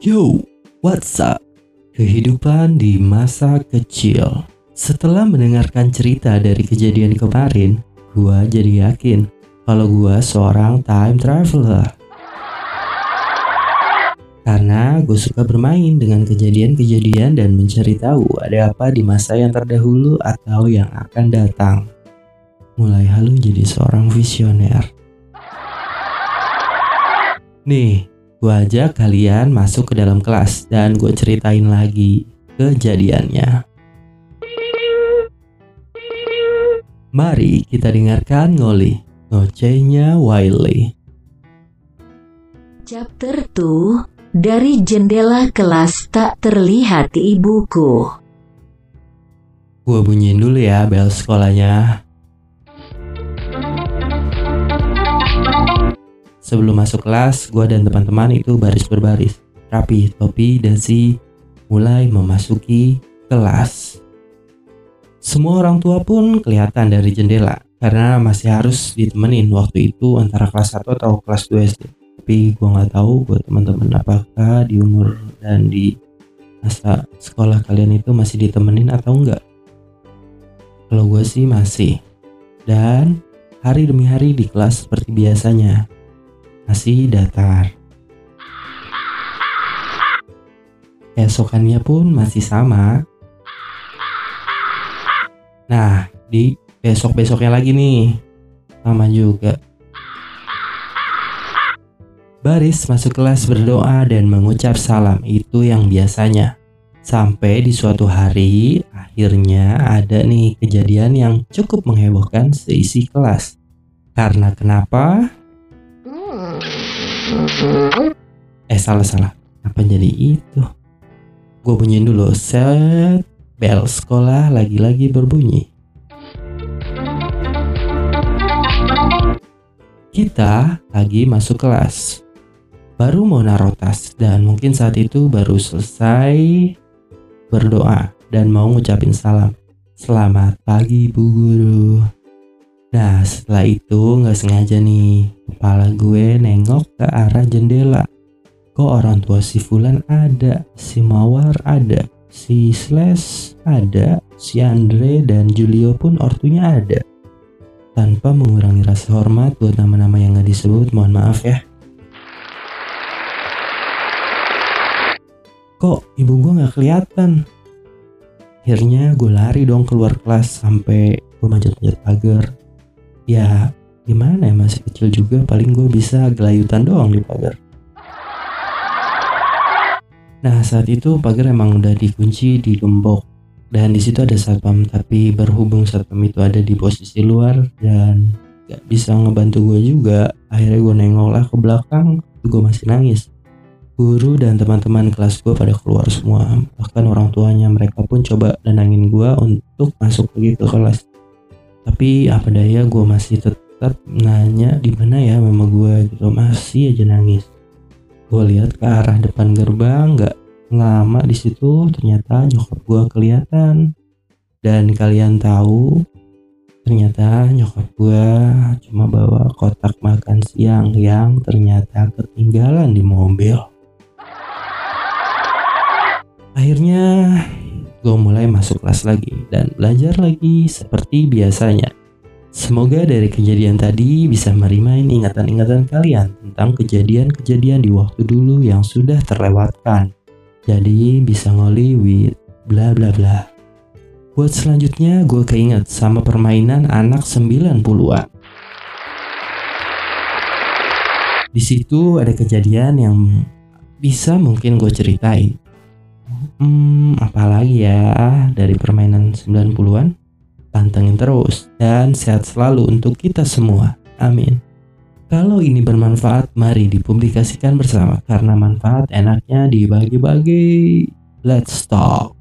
Yo, what's up? Kehidupan di masa kecil. Setelah mendengarkan cerita dari kejadian kemarin, gua jadi yakin kalau gua seorang time traveler. Karena gue suka bermain dengan kejadian-kejadian dan mencari tahu ada apa di masa yang terdahulu atau yang akan datang. Mulai halu jadi seorang visioner. Nih, gue ajak kalian masuk ke dalam kelas dan gue ceritain lagi kejadiannya. Mari kita dengarkan ngocehnya Wiley. Chapter 2. Dari jendela kelas tak terlihat ibuku. Gue bunyiin dulu ya bel sekolahnya. Sebelum masuk kelas, gue dan teman-teman itu baris berbaris, rapi, topi, dasi, mulai memasuki kelas. Semua orang tua pun kelihatan dari jendela, karena masih harus ditemenin waktu itu antara kelas 1 atau kelas 2 SD. Tapi gue gak tahu buat teman-teman apakah di umur dan di masa sekolah kalian itu masih ditemenin atau enggak. Kalau gue sih masih. Dan hari demi hari di kelas seperti biasanya masih datar. Keesokannya pun masih sama. Nah, di besok-besoknya lagi nih sama juga. Baris masuk kelas berdoa dan mengucap salam, itu yang biasanya. Sampai di suatu hari, akhirnya ada nih kejadian yang cukup menghebohkan seisi kelas. Karena kenapa? Salah. Apa jadi itu? Gue bunyiin dulu, set, bel sekolah lagi-lagi berbunyi. Kita lagi masuk kelas. Baru mau naruh tas dan mungkin saat itu baru selesai berdoa dan mau ngucapin salam. Selamat pagi Bu Guru. Nah setelah itu gak sengaja nih kepala gue nengok ke arah jendela. Kok orang tua si Fulan ada, si Mawar ada, si Slash ada, si Andre dan Julio pun ortunya ada. Tanpa mengurangi rasa hormat buat nama-nama yang gak disebut, mohon maaf ya. Kok ibu gue gak kelihatan? Akhirnya gue lari dong keluar kelas sampai gue manjat-manjat pagar. Ya gimana ya, masih kecil juga, paling gue bisa gelayutan doang di pagar. Nah saat itu pagar emang udah dikunci, digembok. Dan di situ ada satpam, tapi berhubung satpam itu ada di posisi luar dan gak bisa ngebantu gue juga. Akhirnya gue nengok lah ke belakang, gue masih nangis. Guru dan teman-teman kelas gue pada keluar semua. Bahkan orang tuanya mereka pun coba nenangin gue untuk masuk lagi ke kelas. Tapi apa daya, gue masih tetap nanya di mana ya mama gue gitu. Masih aja nangis. Gue lihat ke arah depan gerbang, gak lama di situ ternyata nyokap gue kelihatan. Dan kalian tahu, ternyata nyokap gue cuma bawa kotak makan siang yang ternyata ketinggalan di mobil. Akhirnya gue mulai masuk kelas lagi dan belajar lagi seperti biasanya. Semoga dari kejadian tadi bisa merimain ingatan-ingatan kalian tentang kejadian-kejadian di waktu dulu yang sudah terlewatkan. Jadi bisa ngoli with bla bla bla. Buat selanjutnya gue keinget sama permainan anak 90-an. Di situ ada kejadian yang bisa mungkin gue ceritain. Apalagi ya dari permainan 90-an. Pantengin terus dan sehat selalu untuk kita semua. Amin. Kalau ini bermanfaat, mari dipublikasikan bersama karena manfaat enaknya dibagi-bagi. Let's talk.